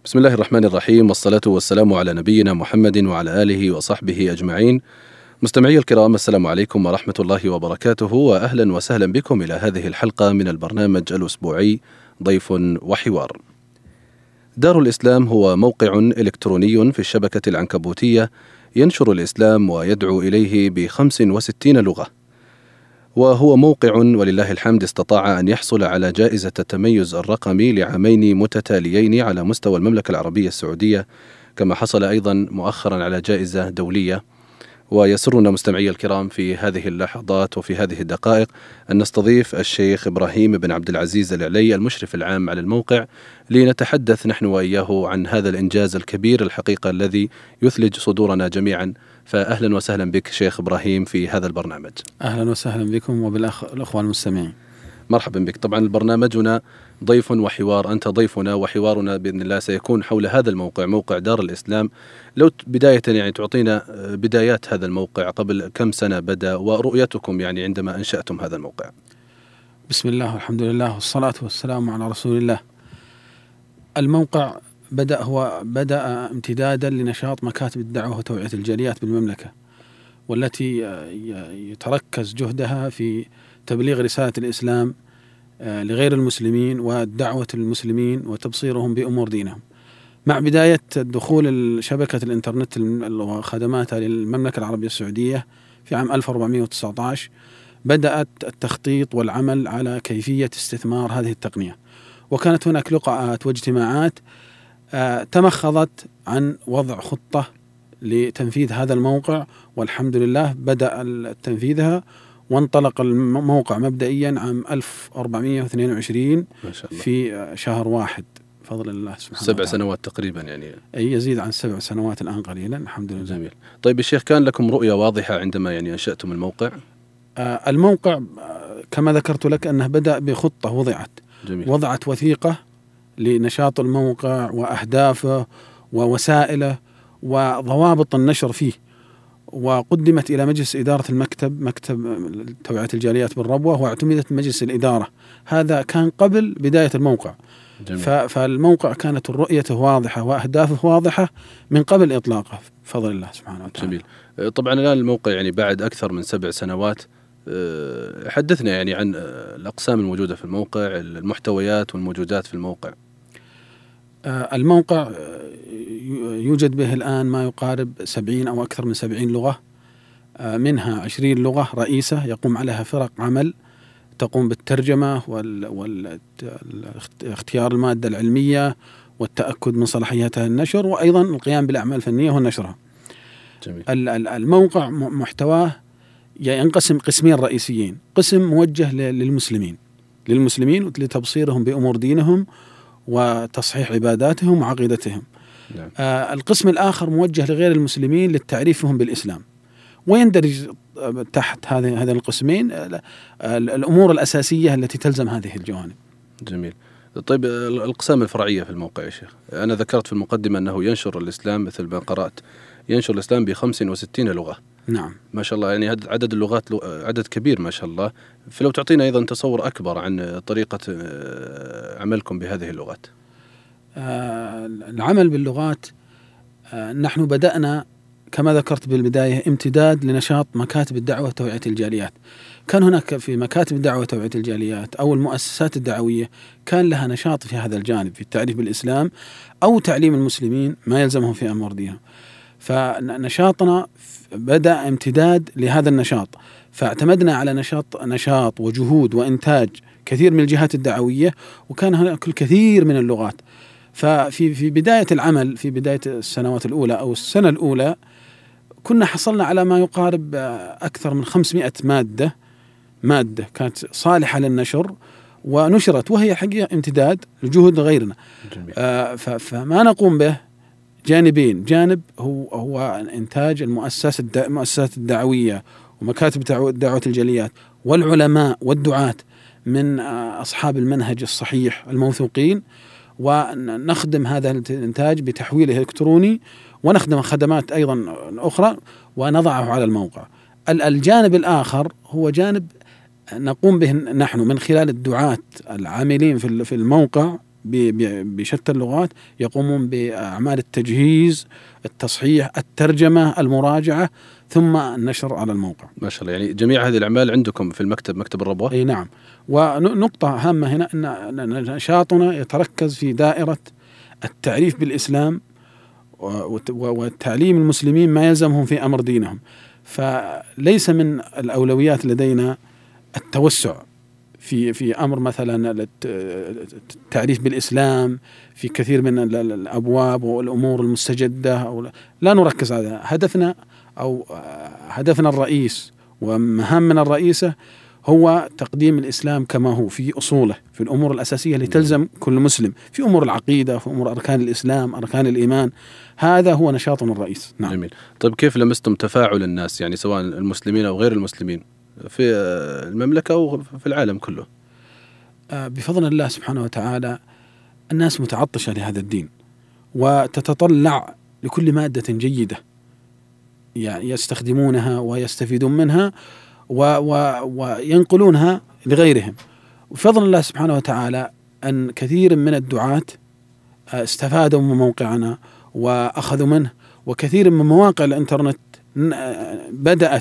بسم الله الرحمن الرحيم، والصلاة والسلام على نبينا محمد وعلى آله وصحبه أجمعين. مستمعي الكرام، السلام عليكم ورحمة الله وبركاته، وأهلا وسهلا بكم إلى هذه الحلقة من البرنامج الأسبوعي ضيف وحوار. دار الإسلام هو موقع إلكتروني في الشبكة العنكبوتية ينشر الإسلام ويدعو إليه ب65 لغة، وهو موقع ولله الحمد استطاع أن يحصل على جائزة التميز الرقمي لعامين متتاليين على مستوى المملكة العربية السعودية، كما حصل أيضا مؤخرا على جائزة دولية. ويسرنا مستمعي الكرام في هذه اللحظات وفي هذه الدقائق أن نستضيف الشيخ إبراهيم بن عبد العزيز العلي، المشرف العام على الموقع، لنتحدث نحن وإياه عن هذا الإنجاز الكبير الحقيقة الذي يثلج صدورنا جميعا. فأهلا وسهلا بك شيخ إبراهيم في هذا البرنامج. أهلا وسهلا بكم وبالأخوة المستمعين. مرحبا بك. طبعا برنامجنا ضيف وحوار، أنت ضيفنا، وحوارنا بإذن الله سيكون حول هذا الموقع، موقع دار الإسلام. لو بداية يعني تعطينا بدايات هذا الموقع، قبل كم سنة بدأ، ورؤيتكم يعني عندما أنشأتم هذا الموقع. بسم الله والحمد لله والصلاة والسلام على رسول الله. الموقع بدأ امتدادا لنشاط مكاتب الدعوة وتوعية الجاليات بالمملكة، والتي يتركز جهدها في تبليغ رسالة الإسلام لغير المسلمين ودعوة المسلمين وتبصيرهم بأمور دينهم. مع بداية دخول شبكة الإنترنت وخدماتها للمملكة العربية السعودية في عام 1419 بدأت التخطيط والعمل على كيفية استثمار هذه التقنية، وكانت هناك لقاءات واجتماعات تمخضت عن وضع خطة لتنفيذ هذا الموقع، والحمد لله بدأ تنفيذها، وانطلق الموقع مبدئيا عام 1422 ما شاء الله في شهر 1 بفضل الله سبحانه وتعالى. 7 سنوات تقريبا يعني. أي يزيد عن 7 سنوات الآن قليلا الحمد لله. جميل. طيب الشيخ، كان لكم رؤية واضحة عندما يعني أنشأتم الموقع؟ الموقع كما ذكرت لك أنه بدأ بخطة وضعت وثيقة لنشاط الموقع وأهدافه ووسائله وضوابط النشر فيه، وقدمت إلى مجلس إدارة مكتب توعية الجاليات بالربوة، واعتمدت مجلس الإدارة. هذا كان قبل بداية الموقع. فالموقع كانت الرؤية واضحة وأهدافه واضحة من قبل إطلاقه بفضل الله سبحانه وتعالى. جميل. طبعا الآن الموقع يعني بعد أكثر من 7 سنوات، حدثنا يعني عن الأقسام الموجودة في الموقع، المحتويات والموجودات في الموقع. الموقع يوجد به الآن ما يقارب 70 أو أكثر من 70 لغة، منها 20 لغة رئيسة يقوم عليها فرق عمل تقوم بالترجمة واختيار المادة العلمية والتأكد من صلاحيتها النشر، وأيضا القيام بالأعمال الفنية ونشرها. جميل. الموقع محتواه ينقسم قسمين رئيسيين: قسم موجه للمسلمين لتبصيرهم بأمور دينهم وتصحيح عباداتهم وعقيدتهم. نعم. القسم الآخر موجه لغير المسلمين لتعريفهم بالإسلام، ويندرج تحت هذين القسمين الأمور الأساسية التي تلزم هذه الجوانب. جميل. طيب الأقسام الفرعية في الموقع يا شيخ، أنا ذكرت في المقدمة أنه ينشر الإسلام مثل ما قرأت، ينشر الإسلام ب65 لغة. نعم ما شاء الله، يعني عدد اللغات عدد كبير ما شاء الله. فلو تعطينا أيضا تصور أكبر عن طريقة عملكم بهذه اللغات. العمل باللغات، نحن بدأنا كما ذكرت بالبداية امتداد لنشاط مكاتب الدعوة وتوعية الجاليات. كان هناك في مكاتب الدعوة وتوعية الجاليات أو المؤسسات الدعوية كان لها نشاط في هذا الجانب، في التعريف بالإسلام أو تعليم المسلمين ما يلزمهم في أمور دينهم. فنشاطنا بدأ امتداد لهذا النشاط، فاعتمدنا على نشاط وجهود وإنتاج كثير من الجهات الدعوية، وكان هناك الكثير من اللغات. ففي بداية العمل، في بداية السنوات الأولى أو السنة الأولى، كنا حصلنا على ما يقارب أكثر من 500 مادة كانت صالحة للنشر ونشرت، وهي حقيقة امتداد لجهود غيرنا. فما نقوم به جانبين: جانب هو إنتاج المؤسسات الدعوية ومكاتب دعوة الجاليات والعلماء والدعاة من أصحاب المنهج الصحيح الموثوقين، ونخدم هذا الإنتاج بتحويله إلكتروني، ونخدم خدمات أيضا أخرى ونضعه على الموقع. الجانب الآخر هو جانب نقوم به نحن من خلال الدعاة العاملين في الموقع بشتى اللغات يقومون بأعمال التجهيز، التصحيح، الترجمة، المراجعة، ثم النشر على الموقع. ما شاء الله، يعني جميع هذه الأعمال عندكم في المكتب، مكتب الربوة؟ أي نعم. ونقطة هامة هنا أن نشاطنا يتركز في دائرة التعريف بالإسلام وتعليم المسلمين ما يلزمهم في أمر دينهم. فليس من الأولويات لدينا التوسع في أمر مثلا التعريف بالإسلام في كثير من الأبواب والأمور المستجدة، لا نركز على هذا. هدفنا الرئيس ومهامنا الرئيسة هو تقديم الإسلام كما هو في أصوله، في الأمور الأساسية اللي تلزم كل مسلم، في أمور العقيدة، في أمور أركان الإسلام، أركان الإيمان. هذا هو نشاطنا الرئيس. نعم. جميل. طيب كيف لمستم تفاعل الناس، يعني سواء المسلمين أو غير المسلمين في المملكة أو في العالم كله؟ بفضل الله سبحانه وتعالى الناس متعطشة لهذا الدين، وتتطلع لكل مادة جيدة يعني يستخدمونها ويستفيدون منها وينقلونها لغيرهم. وفضل الله سبحانه وتعالى أن كثير من الدعاة استفادوا من موقعنا وأخذوا منه، وكثير من مواقع الإنترنت بدأت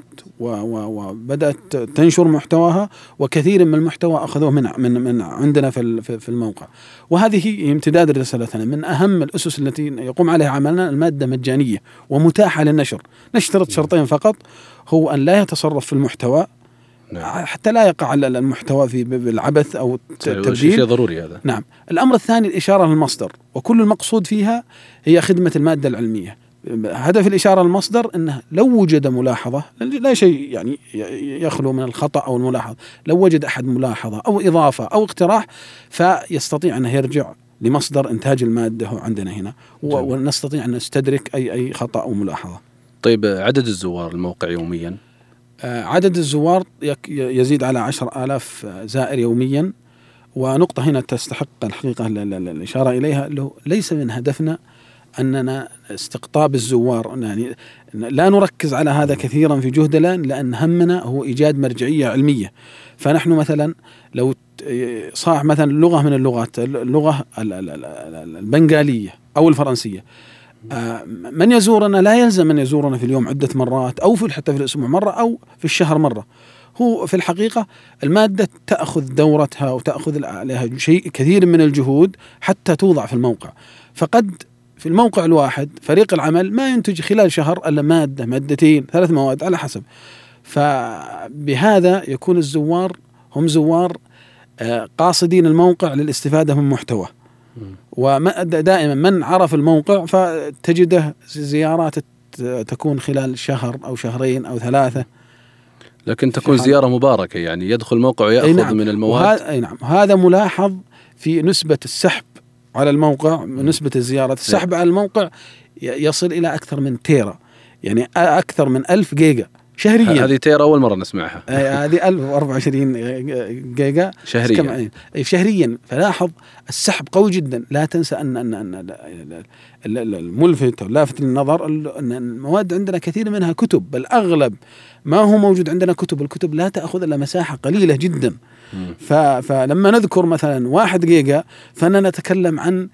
وبدأت تنشر محتواها، وكثير من المحتوى أخذوه من عندنا في الموقع. وهذه امتداد رسالتنا. من أهم الأسس التي يقوم عليها عملنا المادة مجانية ومتاحة للنشر. نشترط شرطين فقط، هو أن لا يتصرف في المحتوى حتى لا يقع المحتوى في بالعبث أو التبديل. شيء ضروري هذا. نعم. الأمر الثاني الإشارة للمصدر، وكل المقصود فيها هي خدمة المادة العلمية. هدف الإشارة للمصدر أنه لو وجد ملاحظة، لا شيء يعني يخلو من الخطأ أو الملاحظة، لو وجد أحد ملاحظة أو إضافة أو اقتراح فيستطيع أنه يرجع لمصدر إنتاج المادة عندنا هنا، ونستطيع أن نستدرك أي خطأ أو ملاحظة. طيب عدد الزوار الموقع يوميا؟ عدد الزوار يزيد على 10,000 زائر يوميا. ونقطة هنا تستحق الحقيقة الإشارة إليها، اللي ليس من هدفنا أننا استقطاب الزوار، يعني لا نركز على هذا كثيرا في جهدنا، لأن همنا هو إيجاد مرجعية علمية. فنحن مثلا لو صاح مثلا لغة من اللغات، اللغة البنغالية أو الفرنسية، من يزورنا لا يلزم أن يزورنا في اليوم عدة مرات أو حتى في الأسبوع مرة أو في الشهر مرة. هو في الحقيقة المادة تأخذ دورتها وتأخذ عليها شيء كثير من الجهود حتى توضع في الموقع. فقد في الموقع الواحد فريق العمل ما ينتج خلال شهر إلا مادة، مادتين، 3 مواد على حسب. فبهذا يكون الزوار هم زوار قاصدين الموقع للاستفادة من محتوى. ودائما من عرف الموقع فتجده زيارات تكون خلال شهر أو شهرين أو 3. لكن تكون زيارة مباركة، يعني يدخل الموقع ويأخذ نعم. من المواد. أي نعم. هذا ملاحظ في نسبة السحب على الموقع، نسبة الزيارة السحب على الموقع يصل إلى أكثر من تيرا، يعني أكثر من 1000 جيجا شهريا. هذه تيرا أول مرة نسمعها. هذه 1024 جيجا شهريا. شهريا. فلاحظ السحب قوي جدا. لا تنسى أن الملفت واللافت للنظر أن المواد عندنا كثير منها كتب، بل أغلب ما هو موجود عندنا كتب. الكتب لا تأخذ إلا مساحة قليلة جدا. فلما نذكر مثلا 1 جيجا فإننا نتكلم عن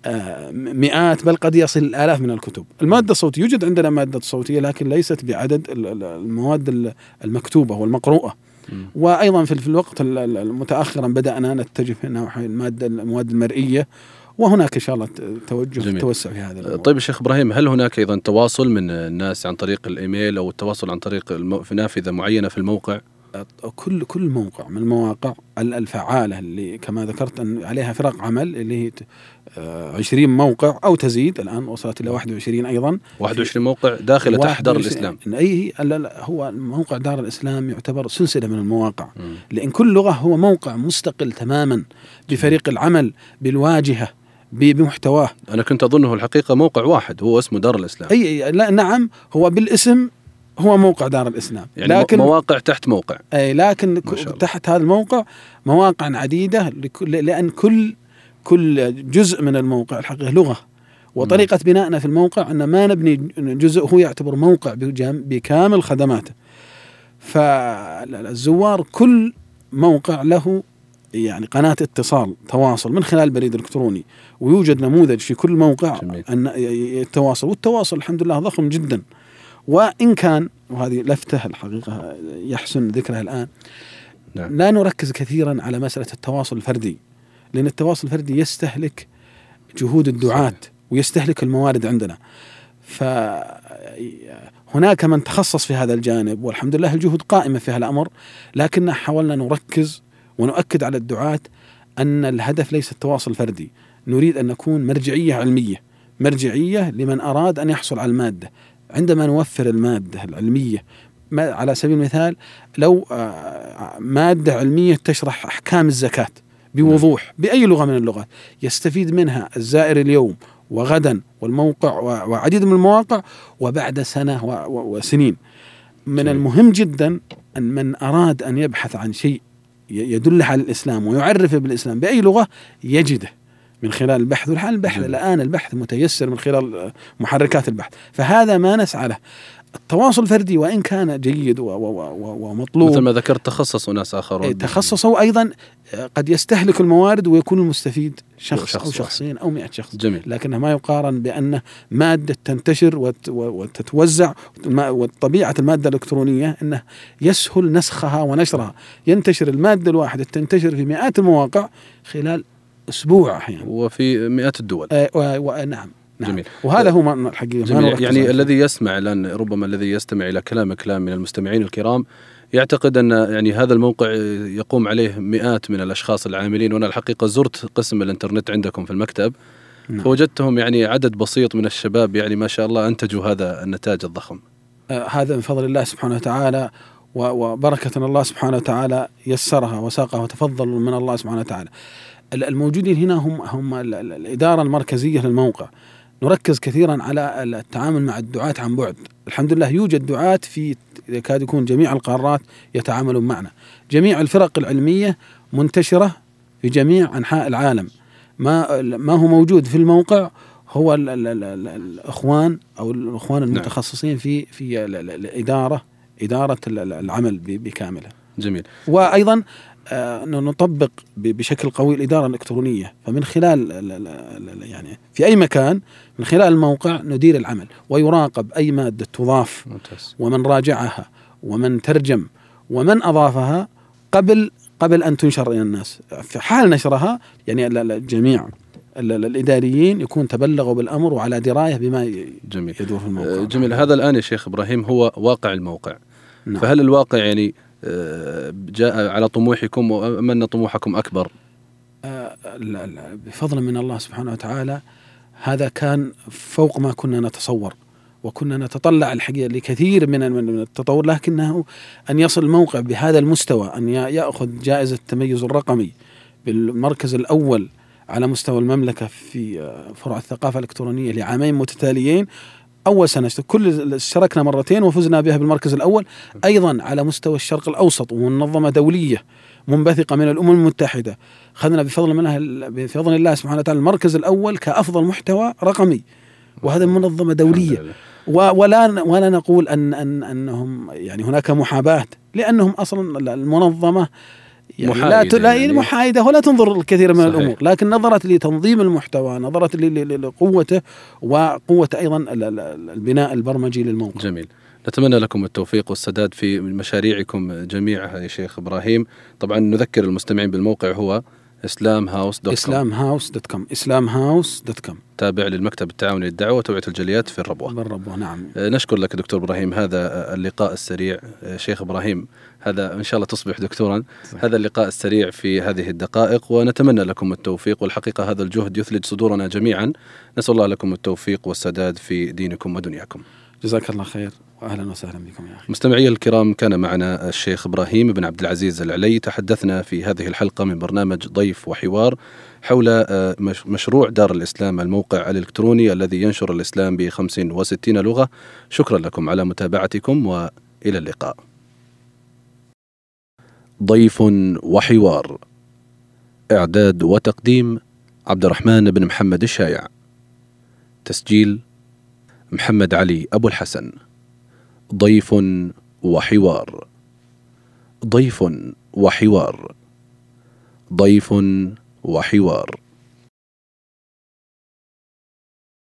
مئات بل قد يصل الآلاف من الكتب. المادة الصوتية يوجد عندنا مادة صوتية لكن ليست بعدد المواد المكتوبة والمقروءة. وأيضا في الوقت المتأخر بدأنا نتجه نحو المواد المرئية، وهناك إن شاء الله توسع في هذا الموضوع. طيب الشيخ إبراهيم، هل هناك أيضا تواصل من الناس عن طريق الإيميل أو التواصل عن طريق في نافذة معينة في الموقع؟ كل موقع من المواقع الفعالة اللي كما ذكرت أن عليها فرق عمل اللي هي 20 موقع أو تزيد، الآن وصلت إلى 21 أيضا. 21 موقع داخل تحت دار الإسلام. هو موقع دار الإسلام يعتبر سلسلة من المواقع، لأن كل لغة هو موقع مستقل تماما بفريق العمل بالواجهة بمحتواه. أنا كنت أظنه الحقيقة موقع واحد هو اسمه دار الإسلام. لا نعم، هو بالاسم هو موقع دار الإسلام، يعني لكن مواقع تحت موقع. لكن تحت هذا الموقع مواقع عديدة، لأن كل جزء من الموقع الحقيقة لغة. وطريقة بنائنا في الموقع أن ما نبني جزء، هو يعتبر موقع بكامل خدماته. فالزوار كل موقع له يعني قناة اتصال تواصل من خلال البريد الإلكتروني، ويوجد نموذج في كل موقع أن التواصل، والتواصل الحمد لله ضخم جدا. وإن كان، وهذه لفتة الحقيقة يحسن ذكرها الآن، لا نركز كثيرا على مسألة التواصل الفردي، لأن التواصل الفردي يستهلك جهود الدعاة ويستهلك الموارد عندنا. فهناك من تخصص في هذا الجانب، والحمد لله الجهود قائمة في هذا الأمر، لكن حاولنا نركز ونؤكد على الدعاة أن الهدف ليس التواصل الفردي، نريد أن نكون مرجعية علمية، مرجعية لمن أراد أن يحصل على المادة. عندما نوفر المادة العلمية، على سبيل المثال لو مادة علمية تشرح أحكام الزكاة بوضوح بأي لغة من اللغات، يستفيد منها الزائر اليوم وغدا والموقع وعديد من المواقع وبعد سنة وسنين. من المهم جدا أن من أراد أن يبحث عن شيء يدل على الإسلام ويعرف بالإسلام بأي لغة يجده من خلال البحث. الآن البحث متيسر من خلال محركات البحث، فهذا ما نسعى له. التواصل الفردي وإن كان جيد ومطلوب، مثل ما ذكرت تخصص ناس آخرون تخصصوا أيضا قد يستهلك الموارد ويكون المستفيد شخص أو شخصين أو 100 شخص. جميل. لكنه ما يقارن بأن مادة تنتشر وتتوزع، وطبيعة المادة الإلكترونية أنه يسهل نسخها ونشرها، ينتشر المادة الواحدة تنتشر في مئات المواقع خلال أسبوع أحيانا وفي مئات الدول. نعم. جميل. وهذا هو الحقيقة. جميل. يعني الذي يسمع الآن، ربما الذي يستمع إلى كلامك من المستمعين الكرام يعتقد أن يعني هذا الموقع يقوم عليه مئات من الأشخاص العاملين، وأنا الحقيقة زرت قسم الإنترنت عندكم في المكتب. نعم. فوجدتهم يعني عدد بسيط من الشباب، يعني ما شاء الله أنتجوا هذا النتاج الضخم. هذا من فضل الله سبحانه وتعالى وبركة الله سبحانه وتعالى، يسرها وساقها وتفضل من الله سبحانه وتعالى. الموجودين هنا هم الإدارة المركزية للموقع. نركز كثيرا على التعامل مع الدعاة عن بعد. الحمد لله يوجد دعاة في يكاد يكون جميع القارات يتعاملون معنا. جميع الفرق العلمية منتشرة في جميع أنحاء العالم. ما هو موجود في الموقع هو الإخوان أو الإخوان المتخصصين في إدارة العمل بكامله. جميل. وأيضا نطبق بشكل قوي الإدارة الإلكترونية، فمن خلال يعني في أي مكان من خلال الموقع ندير العمل، ويراقب أي مادة تضاف ومن راجعها ومن ترجم ومن أضافها قبل أن تنشر إلى الناس. في حال نشرها يعني الجميع الإداريين يكون تبلغوا بالأمر وعلى دراية بما يدور في الموقع. جميل. هذا الآن يا شيخ إبراهيم هو واقع الموقع. نعم. فهل الواقع يعني جاء على طموحكم أم أن طموحكم أكبر؟ بفضل من الله سبحانه وتعالى هذا كان فوق ما كنا نتصور، وكنا نتطلع الحقيقة لكثير من التطور، لكنه أن يصل الموقع بهذا المستوى، أن يأخذ جائزة التميز الرقمي بالمركز الأول على مستوى المملكة في فرع الثقافة الإلكترونية لعامين متتاليين. أول سنة كل اشتركنا مرتين وفزنا بها بالمركز الأول، أيضا على مستوى الشرق الأوسط ومنظمة دولية منبثقة من الأمم المتحدة خذنا بفضل الله سبحانه وتعالى المركز الأول كأفضل محتوى رقمي، وهذا منظمة دولية. ولا نقول أنهم يعني هناك محاباة، لأنهم أصلا المنظمة يعني محايدة ولا تنظر الكثير من صحيح. الأمور، لكن نظرت لتنظيم المحتوى، نظرت لقوته وقوة أيضا البناء البرمجي للموقع. جميل. نتمنى لكم التوفيق والسداد في مشاريعكم جميعها يا شيخ إبراهيم. طبعا نذكر المستمعين بالموقع هو islamhouse.com تابع للمكتب التعاوني للدعوة وتوعية الجاليات في الربوة. نعم. نشكر لك دكتور إبراهيم هذا اللقاء السريع. شيخ إبراهيم هذا إن شاء الله تصبح دكتورا صحيح. هذا اللقاء السريع في هذه الدقائق، ونتمنى لكم التوفيق، والحقيقة هذا الجهد يثلج صدورنا جميعا. نسأل الله لكم التوفيق والسداد في دينكم ودنياكم. جزاك الله خير وأهلا وسهلا بكم يا أخي. مستمعي الكرام، كان معنا الشيخ إبراهيم بن عبد العزيز العلي. تحدثنا في هذه الحلقة من برنامج ضيف وحوار حول مشروع دار الإسلام، الموقع الإلكتروني الذي ينشر الإسلام ب65 لغة. شكرا لكم على متابعتكم وإلى اللقاء. ضيف وحوار، إعداد وتقديم عبد الرحمن بن محمد الشايع، تسجيل محمد علي أبو الحسن. ضيف وحوار، ضيف وحوار، ضيف وحوار.